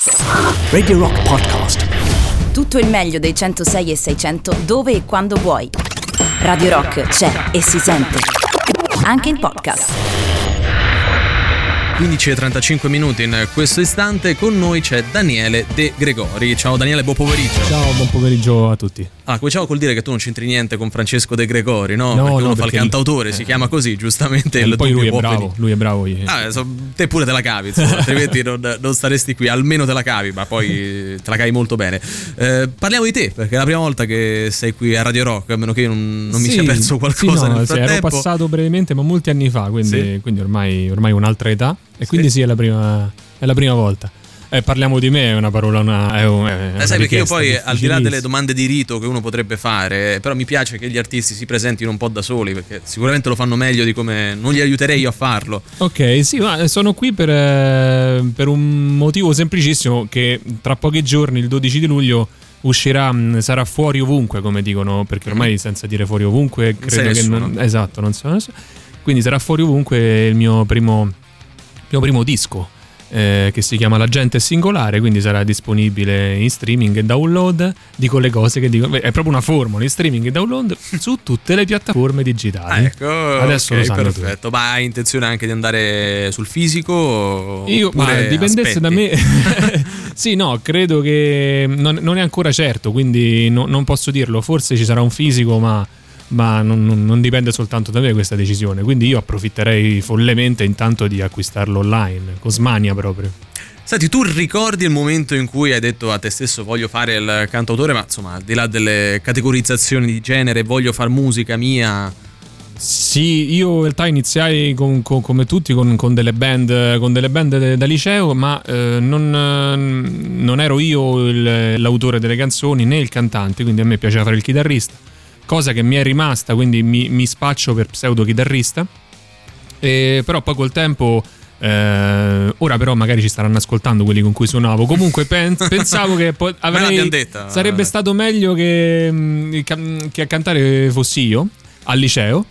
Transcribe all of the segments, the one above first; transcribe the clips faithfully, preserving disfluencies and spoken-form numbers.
Radio Rock Podcast. Tutto il meglio dei centosei e seicento dove e quando vuoi. Radio Rock c'è e si sente anche in podcast. quindici e trentacinque minuti in questo istante. Con noi c'è Daniele De Gregori. Ciao Daniele, buon pomeriggio. Ciao, buon pomeriggio a tutti. Ah, cominciamo col dire che tu non c'entri niente con Francesco De Gregori, no? No, perché no, uno fa il perché cantautore, eh, si chiama così, giustamente. E il poi lui è può bravo, venire. lui è bravo. Io. Ah, so, te pure te la cavi, insomma, altrimenti non, non staresti qui, almeno te la cavi, ma poi te la cavi molto bene. Eh, parliamo di te, perché è la prima volta che sei qui a Radio Rock, a meno che io non, non mi sì, sia perso qualcosa sì, no, nel sì, frattempo. ero passato brevemente, ma molti anni fa, quindi, Sì. quindi ormai, ormai un'altra età. E Sì. quindi sì, è la prima, è la prima volta. Eh, parliamo di me, è una parola, una, è un, è una Eh, sai, perché io richiesta poi, al di là delle difficilissima. domande di rito che uno potrebbe fare, però mi piace che gli artisti si presentino un po' da soli, perché sicuramente lo fanno meglio di come non gli aiuterei io a farlo. Ok, sì, ma sono qui per, eh, per un motivo semplicissimo, che tra pochi giorni, il dodici di luglio, uscirà, mh, sarà fuori ovunque, come dicono, perché ormai senza dire fuori ovunque Non sei credo che nessuno. non, esatto, non so, nessuno. Quindi sarà fuori ovunque il mio primo, mio primo disco, eh, che si chiama La gente è singolare, quindi sarà disponibile in streaming e download. Dico le cose che dico, beh, è proprio una formula, in streaming e download su tutte le piattaforme digitali. Ah, ecco, Adesso ok, lo sanno tutti. perfetto. Ma hai intenzione anche di andare sul fisico? Io, ma oppure dipendesse aspetti? da me. Sì, no, credo che non, non è ancora certo, quindi no- non posso dirlo. Forse ci sarà un fisico, ma, ma non, non- non dipende soltanto da me questa decisione. Quindi io approfitterei follemente intanto di acquistarlo online, con smania proprio. Senti, tu ricordi il momento in cui hai detto a te stesso voglio fare il cantautore, ma insomma, al di là delle categorizzazioni di genere, voglio far musica mia? Sì, io in realtà iniziai con- con- come tutti con, con delle band, con delle band de- da liceo, ma eh, non, eh, non ero io il- l'autore delle canzoni né il cantante, quindi a me piaceva fare il chitarrista, cosa che mi è rimasta, quindi mi, mi spaccio per pseudo chitarrista. E però poi col tempo, eh, ora però magari ci staranno ascoltando quelli con cui suonavo, comunque pen- pensavo che po- avrei, l'abbiamo detta. sarebbe stato meglio che, mm, che a cantare fossi io al liceo.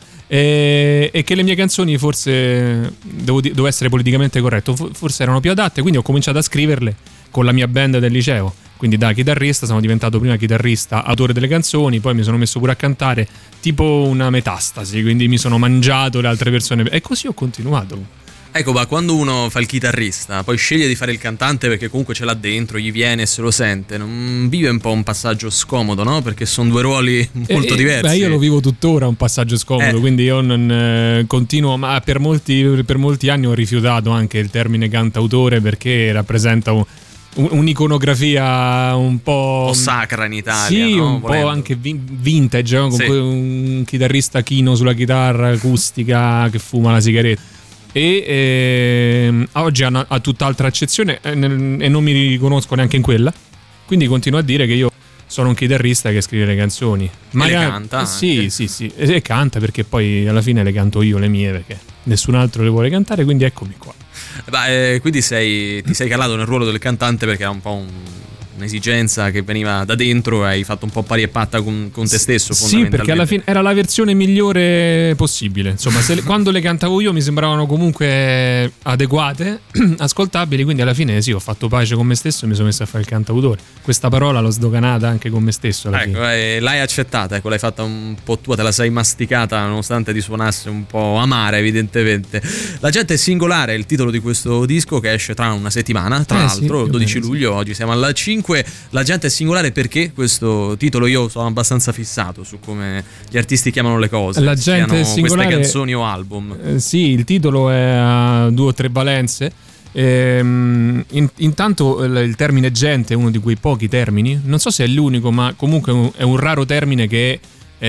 E, e che le mie canzoni forse, devo, di- devo essere politicamente corretto, fo- forse erano più adatte, quindi ho cominciato a scriverle con la mia band del liceo. Quindi da chitarrista sono diventato prima chitarrista, autore delle canzoni, poi mi sono messo pure a cantare, tipo una metastasi, quindi mi sono mangiato le altre persone e così ho continuato. Ecco, ma quando uno fa il chitarrista, poi sceglie di fare il cantante perché comunque ce l'ha dentro, gli viene e se lo sente, non vive un po' un passaggio scomodo, no? Perché sono due ruoli molto E- e- diversi. Beh, io lo vivo tuttora un passaggio scomodo, Eh. quindi io non eh, continuo, ma per molti, per molti anni ho rifiutato anche il termine cantautore perché rappresenta un- un- un'iconografia un po', Un po' sacra in Italia, sì, no? un Volendo. po' anche vin- vintage, no? Con Sì. que- un chitarrista chino sulla chitarra acustica che fuma la sigaretta. E ehm, oggi ha, una- ha tutt'altra accezione e, nel- e non mi riconosco neanche in quella, quindi continuo a dire che io sono un chitarrista che scrive le canzoni. le canta Sì, anche. sì, sì, e, e canta, perché poi alla fine le canto io le mie, perché nessun altro le vuole cantare, quindi eccomi qua. Beh, eh, quindi sei, ti sei calato nel ruolo del cantante perché era un po' un- un'esigenza che veniva da dentro e hai fatto un po' pari e patta con, con te stesso, Sì, fondamentalmente. perché alla fine era la versione migliore possibile. Insomma, se le- quando le cantavo io mi sembravano comunque adeguate, ascoltabili, quindi alla fine sì, ho fatto pace con me stesso e mi sono messo a fare il cantautore. Questa parola l'ho sdoganata anche con me stesso alla Ecco, fine. eh, l'hai accettata, ecco, l'hai fatta un po' tua, te la sei masticata nonostante ti suonasse un po' amara evidentemente. La gente è singolare, è il titolo di questo disco che esce tra una settimana, tra Eh, sì, l'altro, più o dodici meno, sì. luglio, oggi siamo alla cinque. La gente è singolare perché questo titolo io sono abbastanza fissato su come gli artisti chiamano le cose, La che gente siano è singolare- queste canzoni o album. Eh, sì, il titolo è a due o tre valenze. Ehm, in- intanto il, il termine gente è uno di quei pochi termini, non so se è l'unico, ma comunque è un, è un raro termine che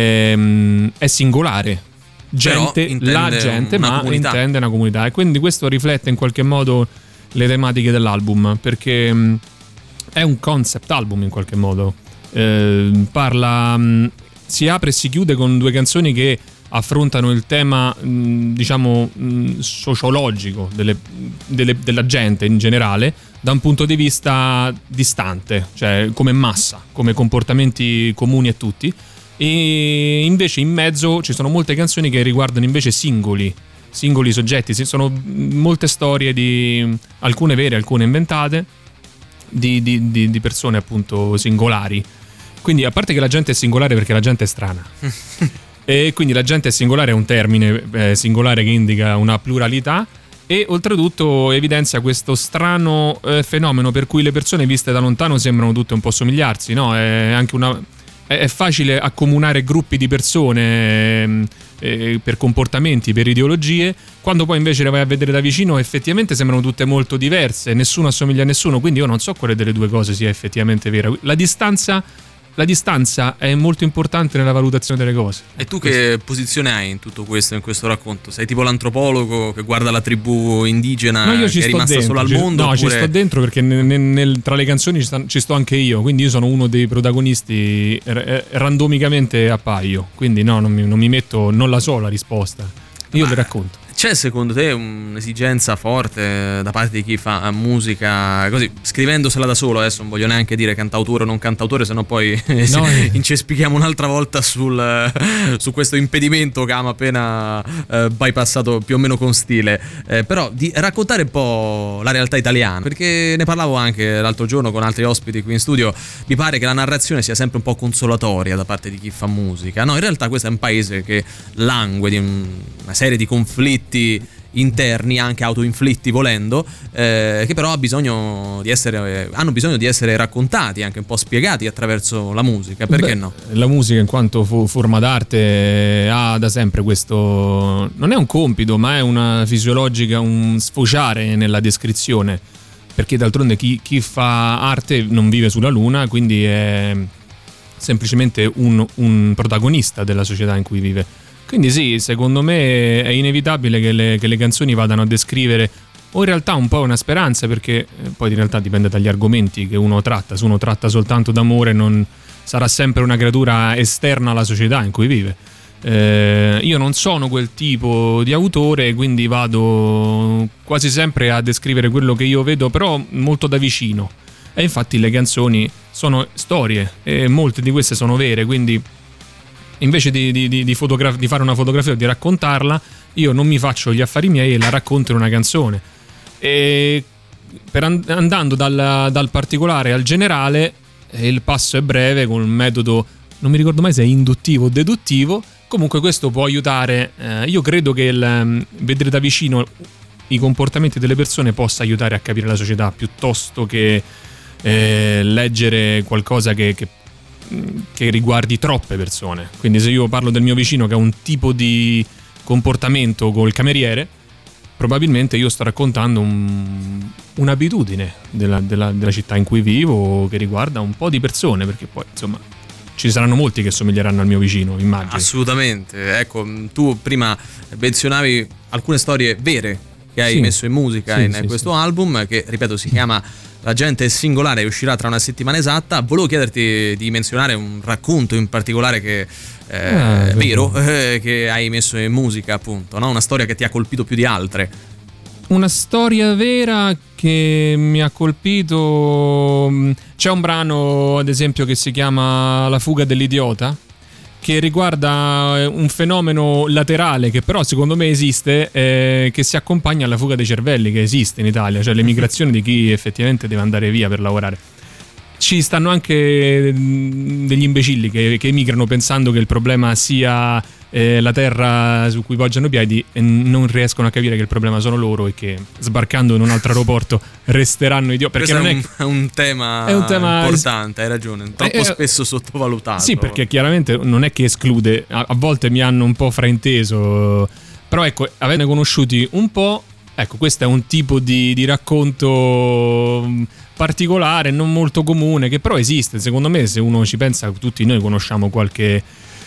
ehm, è singolare. Gente, Però intende la gente, una ma comunità. intende una comunità, e quindi questo riflette in qualche modo le tematiche dell'album, perché mh, è un concept album in qualche modo. Eh, parla, mh, si apre e si chiude con due canzoni che affrontano il tema, mh, diciamo, mh, sociologico delle- delle- della gente in generale, da un punto di vista distante, cioè come massa, come comportamenti comuni a tutti. E invece in mezzo ci sono molte canzoni che riguardano invece singoli singoli soggetti, ci sono molte storie, di alcune vere, alcune inventate, di, di, di, di persone appunto singolari. Quindi, a parte che la gente è singolare perché la gente è strana. E quindi la gente è singolare è un termine eh, singolare che indica una pluralità, e oltretutto evidenzia questo strano eh, fenomeno per cui le persone viste da lontano sembrano tutte un po' somigliarsi, no? È anche una è, è facile accomunare gruppi di persone eh, eh, per comportamenti, per ideologie, quando poi invece le vai a vedere da vicino effettivamente sembrano tutte molto diverse, nessuno assomiglia a nessuno, quindi io non so quale delle due cose sia effettivamente vera. La distanza La distanza è molto importante nella valutazione delle cose. E tu che posizione hai in tutto questo, in questo racconto? Sei tipo l'antropologo che guarda la tribù indigena no, io ci che è sto rimasta dentro, solo al ci, mondo? No, oppure... ci sto dentro perché nel, nel, nel, tra le canzoni ci, sta, ci sto anche io, quindi io sono uno dei protagonisti, eh, randomicamente appaio, quindi no, non mi, non mi metto, non la so la risposta, io Ma... le racconto. C'è secondo te un'esigenza forte da parte di chi fa musica così, scrivendosela da solo? Adesso non voglio neanche dire cantautore o non cantautore, sennò poi no, incespichiamo un'altra volta sul, su questo impedimento che abbiamo appena eh, bypassato più o meno con stile, eh, però di raccontare un po' la realtà italiana, perché ne parlavo anche l'altro giorno con altri ospiti qui in studio. Mi pare che la narrazione sia sempre un po' consolatoria da parte di chi fa musica. No, in realtà questo è un paese che langue di un, una serie di conflitti interni, anche autoinflitti volendo, eh, che però ha bisogno di essere, hanno bisogno di essere raccontati, anche un po' spiegati attraverso la musica, perché Beh, no? La musica in quanto fo- forma d'arte ha da sempre questo, non è un compito ma è una fisiologica, un sfociare nella descrizione, perché d'altronde chi, chi fa arte non vive sulla luna, quindi è semplicemente un, un protagonista della società in cui vive. Quindi sì, secondo me è inevitabile che le, che le canzoni vadano a descrivere, o in realtà un po' una speranza, perché poi in realtà dipende dagli argomenti che uno tratta. Se uno tratta soltanto d'amore non sarà sempre una creatura esterna alla società in cui vive. Eh, io non sono quel tipo di autore, quindi vado quasi sempre a descrivere quello che io vedo, però molto da vicino. E infatti le canzoni sono storie e molte di queste sono vere, quindi... invece di, di, di, fotograf- di fare una fotografia o di raccontarla, io non mi faccio gli affari miei e la racconto in una canzone. E per and- andando dal, dal particolare al generale, il passo è breve con un metodo, non mi ricordo mai se è induttivo o deduttivo. Comunque questo può aiutare, eh, io credo che il um, vedere da vicino i comportamenti delle persone possa aiutare a capire la società, piuttosto che eh, leggere qualcosa che, che che riguardi troppe persone. Quindi se io parlo del mio vicino che ha un tipo di comportamento col cameriere, probabilmente io sto raccontando un, un'abitudine della, della, della città in cui vivo, che riguarda un po' di persone, perché poi insomma ci saranno molti che somiglieranno al mio vicino, immagino. Assolutamente. Ecco, tu prima menzionavi alcune storie vere che hai sì, messo in musica sì, in sì, questo sì. album, che ripeto si chiama La gente è singolare, uscirà tra una settimana esatta. Volevo chiederti di menzionare un racconto in particolare che eh, ah, vero eh, che hai messo in musica, appunto, no? Una storia che ti ha colpito più di altre. Una storia vera che mi ha colpito, c'è un brano ad esempio che si chiama La fuga dell'idiota, che riguarda un fenomeno laterale che però secondo me esiste, eh, che si accompagna alla fuga dei cervelli che esiste in Italia, cioè l'emigrazione di chi effettivamente deve andare via per lavorare. Ci stanno anche degli imbecilli che, che emigrano pensando che il problema sia eh, la terra su cui poggiano i piedi e non riescono a capire che il problema sono loro e che sbarcando in un altro aeroporto resteranno idioti. Perché Questo non è, è un, un, tema è un tema importante, hai ragione, troppo eh, spesso sottovalutato. Sì, perché chiaramente non è che esclude, a, a volte mi hanno un po' frainteso, però ecco, avendo conosciuti un po', ecco, questo è un tipo di, di racconto particolare, non molto comune, che però esiste. Secondo me, se uno ci pensa, tutti noi conosciamo qualche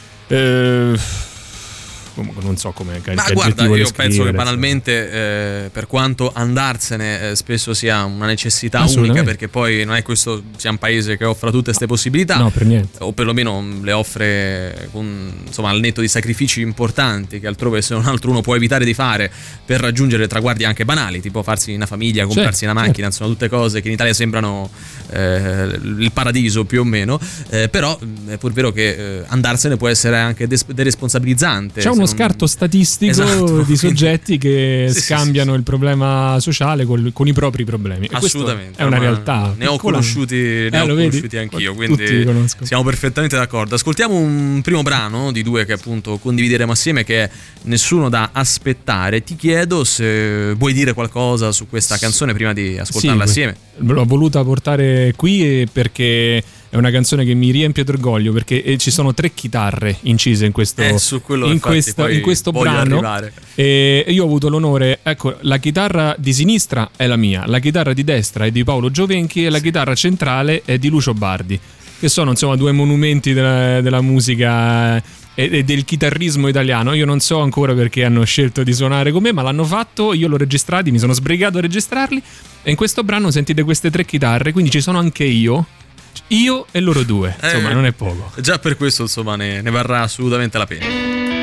eh, comunque non so come ma guarda, io penso che banalmente eh, per quanto andarsene eh, spesso sia una necessità unica, perché poi non è questo sia un paese che offra tutte queste possibilità, no, per niente, o perlomeno le offre con, insomma, al netto di sacrifici importanti che altrove se non altro uno può evitare di fare per raggiungere traguardi anche banali, tipo farsi una famiglia, comprarsi certo, una macchina, certo. Insomma tutte cose che in Italia sembrano eh, il paradiso più o meno, eh, però è pur vero che eh, andarsene può essere anche des- deresponsabilizzante. c'è un uno un... scarto statistico esatto, di soggetti che sì, scambiano sì, sì, il problema sociale con, con i propri problemi. E assolutamente. È una realtà. Ne ho piccola. conosciuti, ne eh, ho lo conosciuti vedi? anch'io, Tutti quindi conosco. siamo perfettamente d'accordo. Ascoltiamo un primo brano di due che appunto condivideremo assieme, che è Nessuno da aspettare. Ti chiedo se vuoi dire qualcosa su questa canzone prima di ascoltarla sì, assieme. L'ho voluta portare qui perché è una canzone che mi riempie d'orgoglio, perché ci sono tre chitarre incise in questo, eh, su quello in infatti questo, poi in questo voglio brano. arrivare. E io ho avuto l'onore, ecco, la chitarra di sinistra è la mia, la chitarra di destra è di Paolo Giovenchi e la chitarra centrale è di Lucio Bardi, che sono insomma due monumenti della, della musica e del chitarrismo italiano. Io non so ancora perché hanno scelto di suonare con me, ma l'hanno fatto, io l'ho registrati, mi sono sbrigato a registrarli, e in questo brano sentite queste tre chitarre, quindi ci sono anche io io e loro due, insomma eh, non è poco. Già per questo insomma ne, ne varrà assolutamente la pena.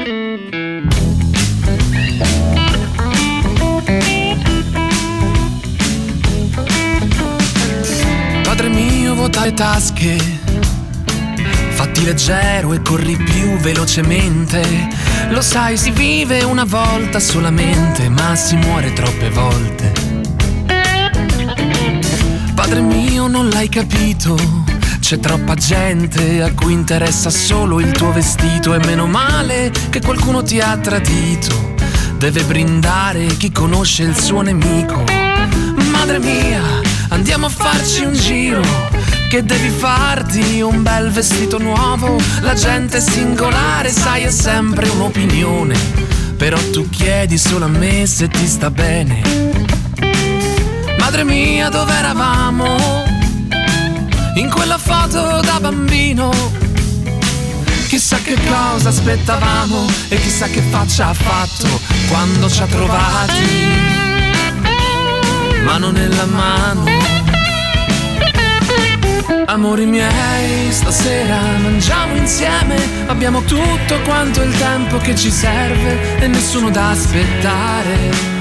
Padre mio, vuota le tasche, fatti leggero e corri più velocemente. Lo sai, si vive una volta solamente, ma si muore troppe volte. Padre mio, non l'hai capito, c'è troppa gente a cui interessa solo il tuo vestito, e meno male che qualcuno ti ha tradito. Deve brindare chi conosce il suo nemico. Madre mia, andiamo a farci un giro, che devi farti un bel vestito nuovo. La gente è singolare, sai, è sempre un'opinione, però tu chiedi solo a me se ti sta bene. Madre mia, dove eravamo in quella foto da bambino? Chissà che cosa aspettavamo e chissà che faccia ha fatto quando ci ha trovati mano nella mano. Amori miei, stasera mangiamo insieme, abbiamo tutto quanto il tempo che ci serve e nessuno da aspettare.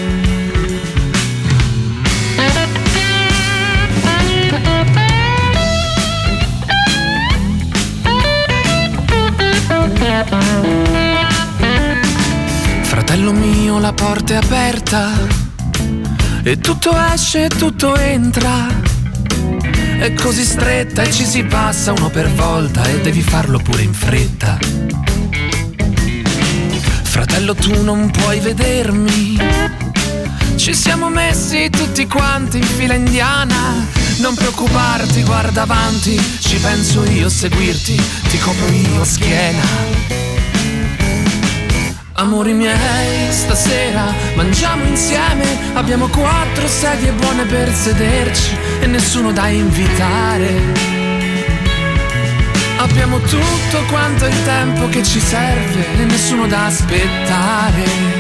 Fratello mio, la porta è aperta e tutto esce e tutto entra. È così stretta e ci si passa uno per volta e devi farlo pure in fretta. Fratello, tu non puoi vedermi, ci siamo messi tutti quanti in fila indiana. Non preoccuparti, guarda avanti, ci penso io a seguirti, ti copro io a schiena. Amori miei, stasera mangiamo insieme, abbiamo quattro sedie buone per sederci e nessuno da invitare. Abbiamo tutto quanto il tempo che ci serve e nessuno da aspettare.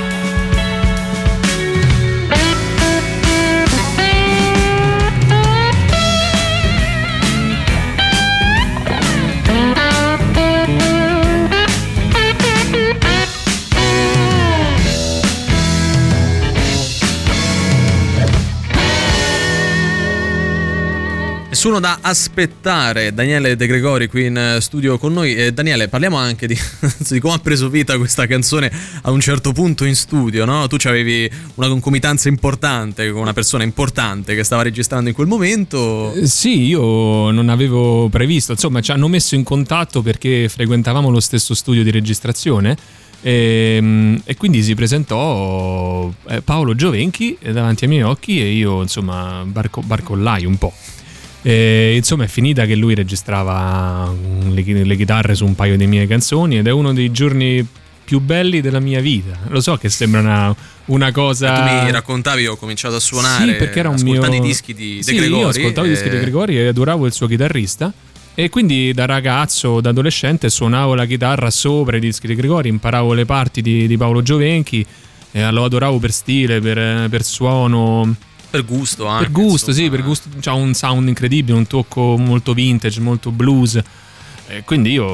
Nessuno da aspettare. Daniele De Gregori qui in studio con noi. E Daniele, parliamo anche di, di come ha preso vita questa canzone a un certo punto in studio, no? Tu avevi una concomitanza importante con una persona importante che stava registrando in quel momento. Eh, sì, io non avevo previsto, insomma ci hanno messo in contatto perché frequentavamo lo stesso studio di registrazione. E, e quindi si presentò Paolo Giovenchi davanti ai miei occhi e io insomma barco, barcollai un po'. E, insomma è finita che lui registrava le, le chitarre su un paio di mie canzoni ed è uno dei giorni più belli della mia vita. Lo so che sembra una, una cosa... E tu mi raccontavi, ho cominciato a suonare, sì, perché era un ascoltando mio... i dischi di De sì, Gregori. Io ascoltavo e... i dischi di De Gregori e adoravo il suo chitarrista. E quindi da ragazzo, da adolescente suonavo la chitarra sopra i dischi di Gregori, imparavo le parti di, di Paolo Giovenchi e lo adoravo per stile, per, per suono... Per gusto anche. Per gusto, insomma. sì, per gusto. C'ha un sound incredibile, un tocco molto vintage, molto blues. E quindi io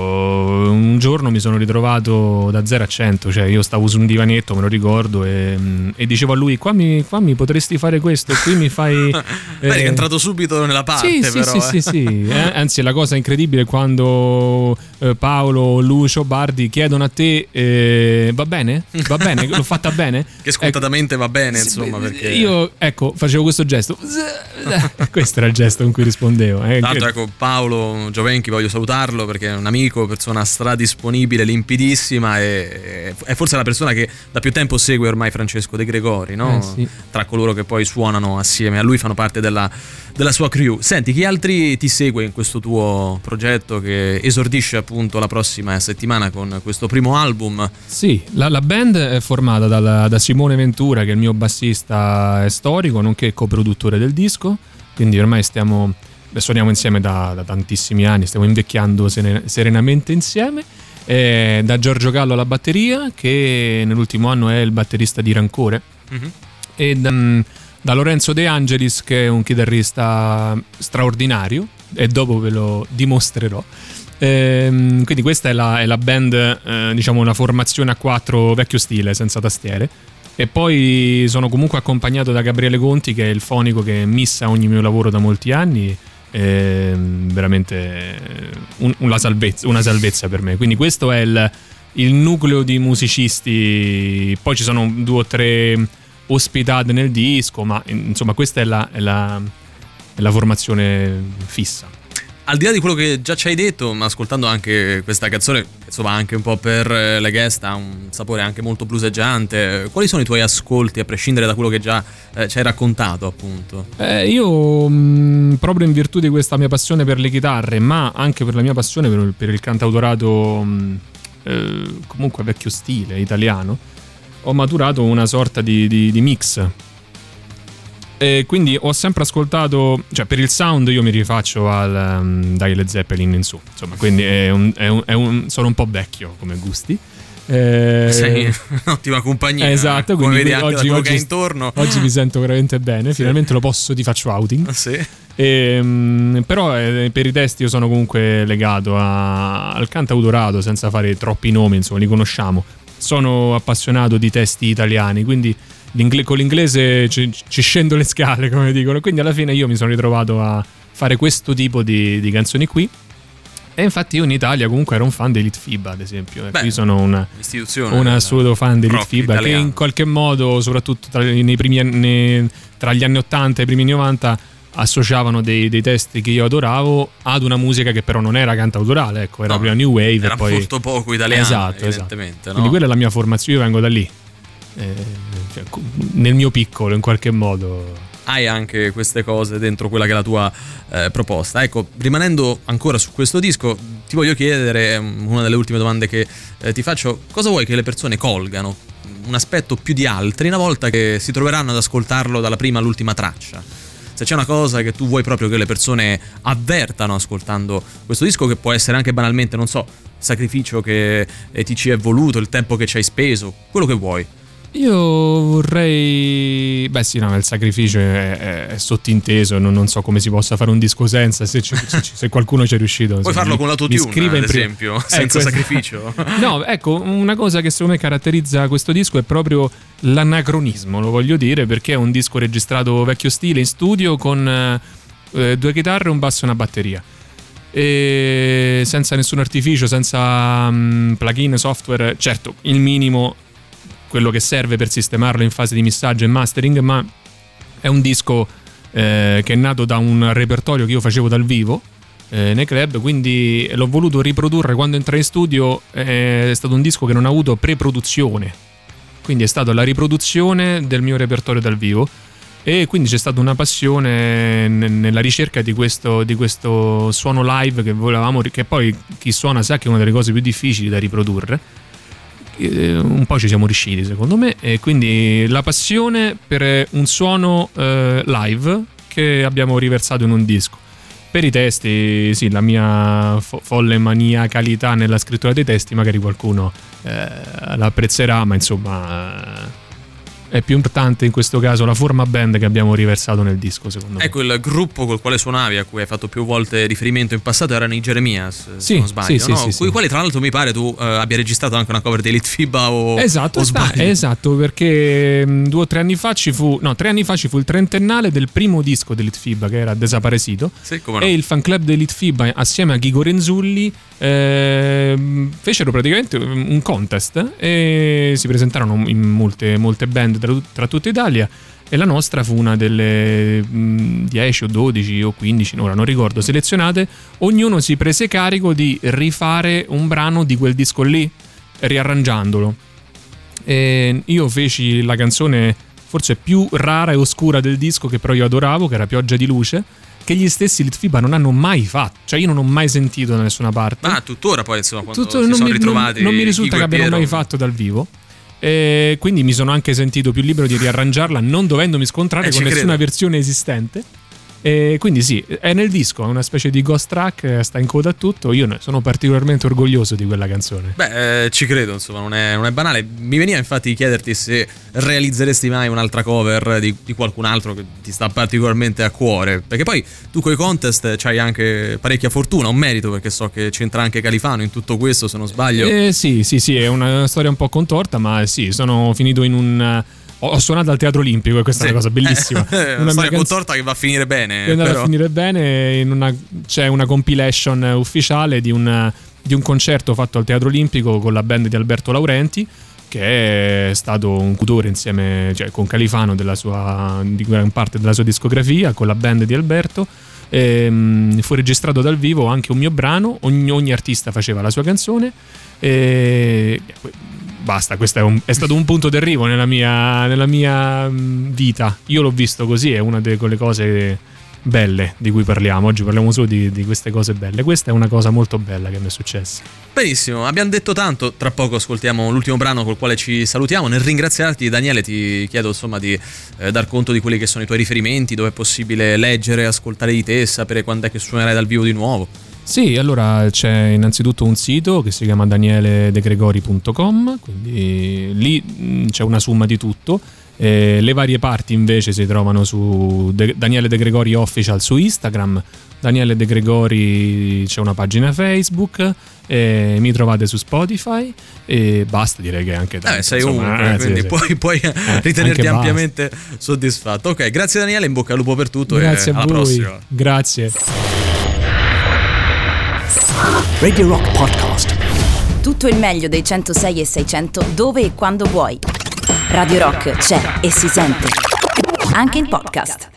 un giorno mi sono ritrovato da zero a cento, cioè io stavo su un divanetto, me lo ricordo, e, e dicevo a lui qua mi, qua mi potresti fare questo, qui mi fai... Beh, eh, è entrato subito nella parte, sì, però. Sì, eh. sì, sì, sì. Eh, anzi la cosa incredibile è quando eh, Paolo, Lucio, Bardi chiedono a te eh, va bene? Va bene? L'ho fatta bene? Che scontatamente ecco, va bene, sì, insomma, perché... Io, ecco, facevo questo gesto. Questo era il gesto con cui rispondevo. Eh. Tra l'altro, ecco, Paolo Giovenchi, voglio salutarlo perché è un amico, persona stradisponibile, limpidissima, e è forse la persona che da più tempo segue ormai Francesco De Gregori, no? Eh, sì. Tra coloro che poi suonano assieme a lui, fanno parte della, della sua crew. Senti, chi altri ti segue in questo tuo progetto che esordisce appunto la prossima settimana con questo primo album? Sì, la, la band è formata dalla, da Simone Ventura, che è il mio bassista storico, nonché coproduttore del disco, quindi ormai stiamo... Beh, suoniamo insieme da, da tantissimi anni, stiamo invecchiando seren- serenamente insieme. Eh, da Giorgio Gallo alla batteria, che nell'ultimo anno è il batterista di Rancore, mm-hmm. e da, da Lorenzo De Angelis, che è un chitarrista straordinario, e dopo ve lo dimostrerò. Eh, quindi questa è la, è la band, eh, diciamo una formazione a quattro vecchio stile, senza tastiere. E poi sono comunque accompagnato da Gabriele Conti, che è il fonico che missa ogni mio lavoro da molti anni. Eh, veramente un, una, salvezza, una salvezza per me. Quindi questo è il, il nucleo di musicisti. Poi ci sono due o tre ospitate nel disco, ma insomma questa è la, è la, è la formazione fissa. Al di là di quello che già ci hai detto, ma ascoltando anche questa canzone, insomma anche un po' per le guest, ha un sapore anche molto blueseggiante, quali sono i tuoi ascolti, a prescindere da quello che già eh, ci hai raccontato, appunto? Eh, io mh, proprio in virtù di questa mia passione per le chitarre, ma anche per la mia passione per, per il cantautorato mh, eh, comunque vecchio stile italiano, ho maturato una sorta di, di, di mix. E quindi ho sempre ascoltato, cioè per il sound io mi rifaccio al um, dai Led Zeppelin in su, insomma, quindi è un, è un, è un, sono un po' vecchio come gusti. Eh, Sei un'ottima compagnia, esatto, come quindi vedi anche oggi, da oggi, che è intorno. oggi mi sento veramente bene, finalmente lo posso, ti faccio outing. Sì. E, um, però eh, per i testi io sono comunque legato a, al cantautorato, senza fare troppi nomi, insomma, li conosciamo. Sono appassionato di testi italiani, quindi L'ingle- con l'inglese ci, ci scendo le scale, come dicono, quindi alla fine io mi sono ritrovato a fare questo tipo di, di canzoni qui. E infatti io in Italia comunque ero un fan di Elite Fiba, ad esempio. Beh, io sono una, un assoluto fan di Elite Fiba, italiano, che in qualche modo, soprattutto tra, nei primi anni, tra gli anni ottanta e i primi novanta, associavano dei, dei testi che io adoravo ad una musica che però non era cantautorale, ecco, era no, prima new wave, era e poi molto poco italiano, esatto, evidentemente, esatto. No? Quindi quella è la mia formazione, io vengo da lì. Eh, cioè, nel mio piccolo, in qualche modo hai anche queste cose dentro quella che è la tua eh, proposta. Ecco, rimanendo ancora su questo disco, ti voglio chiedere, una delle ultime domande che eh, ti faccio: cosa vuoi che le persone colgano, un aspetto più di altri, una volta che si troveranno ad ascoltarlo dalla prima all'ultima traccia? Se c'è una cosa che tu vuoi proprio che le persone avvertano ascoltando questo disco, che può essere anche banalmente, non so, sacrificio che eh, ti ci è voluto, il tempo che ci hai speso, quello che vuoi. Io vorrei... Beh sì, no, il sacrificio è, è, è sottinteso, non, non so come si possa fare un disco senza, se, ci, se qualcuno ci è riuscito. Puoi farlo mi, con l'autotune, ad esempio, prim- senza ecco, sacrificio. No, ecco, una cosa che secondo me caratterizza questo disco è proprio l'anacronismo, lo voglio dire, perché è un disco registrato vecchio stile in studio con eh, due chitarre, un basso e una batteria. E senza nessun artificio, senza um, plugin, software, certo, il minimo, quello che serve per sistemarlo in fase di missaggio e mastering, ma è un disco eh, che è nato da un repertorio che io facevo dal vivo eh, nei club, quindi l'ho voluto riprodurre quando entrai in studio. È stato un disco che non ha avuto pre-produzione, quindi è stata la riproduzione del mio repertorio dal vivo, e quindi c'è stata una passione n- nella ricerca di questo, di questo suono live che volevamo, che poi chi suona sa che è una delle cose più difficili da riprodurre. Un po' ci siamo riusciti secondo me, e quindi la passione per un suono eh, live che abbiamo riversato in un disco. Per i testi, sì, la mia fo- folle maniacalità nella scrittura dei testi magari qualcuno eh, l'apprezzerà, ma insomma è più importante in questo caso la forma band che abbiamo riversato nel disco, secondo me. Ecco, il gruppo col quale suonavi, a cui hai fatto più volte riferimento in passato, erano i Jeremias, sì, se non sbaglio, sì, no? sì, sì, Con i sì. quali tra l'altro mi pare tu eh, abbia registrato anche una cover di Elite FIBA o, Esatto, o sta, sbaglio? esatto, perché mh, due o tre anni fa ci fu, no, tre anni fa ci fu il trentennale del primo disco dell'Elite FIBA, che era Desaparecido, Sì, come no. e il fan club dell'Elite FIBA assieme a Ghigo Renzulli eh, fecero praticamente un contest e si presentarono in molte, molte band tra, tra tutta Italia, e la nostra fu una delle mh, dieci o dodici o quindici, ora non ricordo, selezionate. Ognuno si prese carico di rifare un brano di quel disco lì, riarrangiandolo. E io feci la canzone forse più rara e oscura del disco, che però io adoravo, che era Pioggia di luce, che gli stessi Elite FIBA non hanno mai fatto, cioè io non ho mai sentito da nessuna parte. Ah, tuttora poi insomma quando Tutto, si non sono mi, ritrovati non, non mi risulta Ghigo che e abbiano Piero. mai fatto dal vivo, e quindi mi sono anche sentito più libero di riarrangiarla, non dovendomi scontrare Eh, con ci nessuna credo. versione esistente. E quindi sì, è nel disco, è una specie di ghost track, sta in coda a tutto. Io ne sono particolarmente orgoglioso di quella canzone. Beh, eh, ci credo, insomma, non è, non è banale. Mi veniva infatti di chiederti se realizzeresti mai un'altra cover di, di qualcun altro che ti sta particolarmente a cuore. Perché poi tu coi contest c'hai anche parecchia fortuna, un merito, perché so che c'entra anche Califano in tutto questo, se non sbaglio. Eh, sì, sì, sì, è una storia un po' contorta, ma sì, sono finito in un... Ho suonato al Teatro Olimpico e questa Sì. è una cosa bellissima. Eh, una Una storia mia canz- contorta che va a finire bene. È andata però. a finire bene. In una, c'è una compilation ufficiale di un, di un concerto fatto al Teatro Olimpico con la band di Alberto Laurenti, che è stato un cutore insieme, cioè, con Califano della sua, di gran parte della sua discografia, con la band di Alberto. E, mh, fu registrato dal vivo anche un mio brano, ogni, ogni artista faceva la sua canzone e basta, questo è, un, è stato un punto d'arrivo nella mia, nella mia mh, vita. Io l'ho visto così, è una delle quelle cose belle di cui parliamo. Oggi parliamo solo di, di queste cose belle. Questa è una cosa molto bella che mi è successa. Benissimo, abbiamo detto tanto, tra poco ascoltiamo l'ultimo brano col quale ci salutiamo. Nel ringraziarti, Daniele, ti chiedo insomma di eh, dar conto di quelli che sono i tuoi riferimenti, dove è possibile leggere, ascoltare di te, sapere quando è che suonerai dal vivo di nuovo. Sì, allora c'è innanzitutto un sito che si chiama daniele de gregori punto com, quindi lì mh, c'è una somma di tutto. Eh, le varie parti invece si trovano su De- Daniele De Gregori Official su Instagram, Daniele De Gregori c'è una pagina Facebook, eh, mi trovate su Spotify e basta, direi che è anche tanto. Eh, sei insomma, ovunque, eh, quindi sì, sì. puoi, puoi Eh, ritenerti anche ampiamente soddisfatto. Ok, grazie Daniele, in bocca al lupo per tutto. Grazie e a alla voi, prossima. grazie. Radio Rock Podcast. Tutto il meglio dei centosei e seicento dove e quando vuoi. Radio Rock c'è e si sente. Anche in podcast.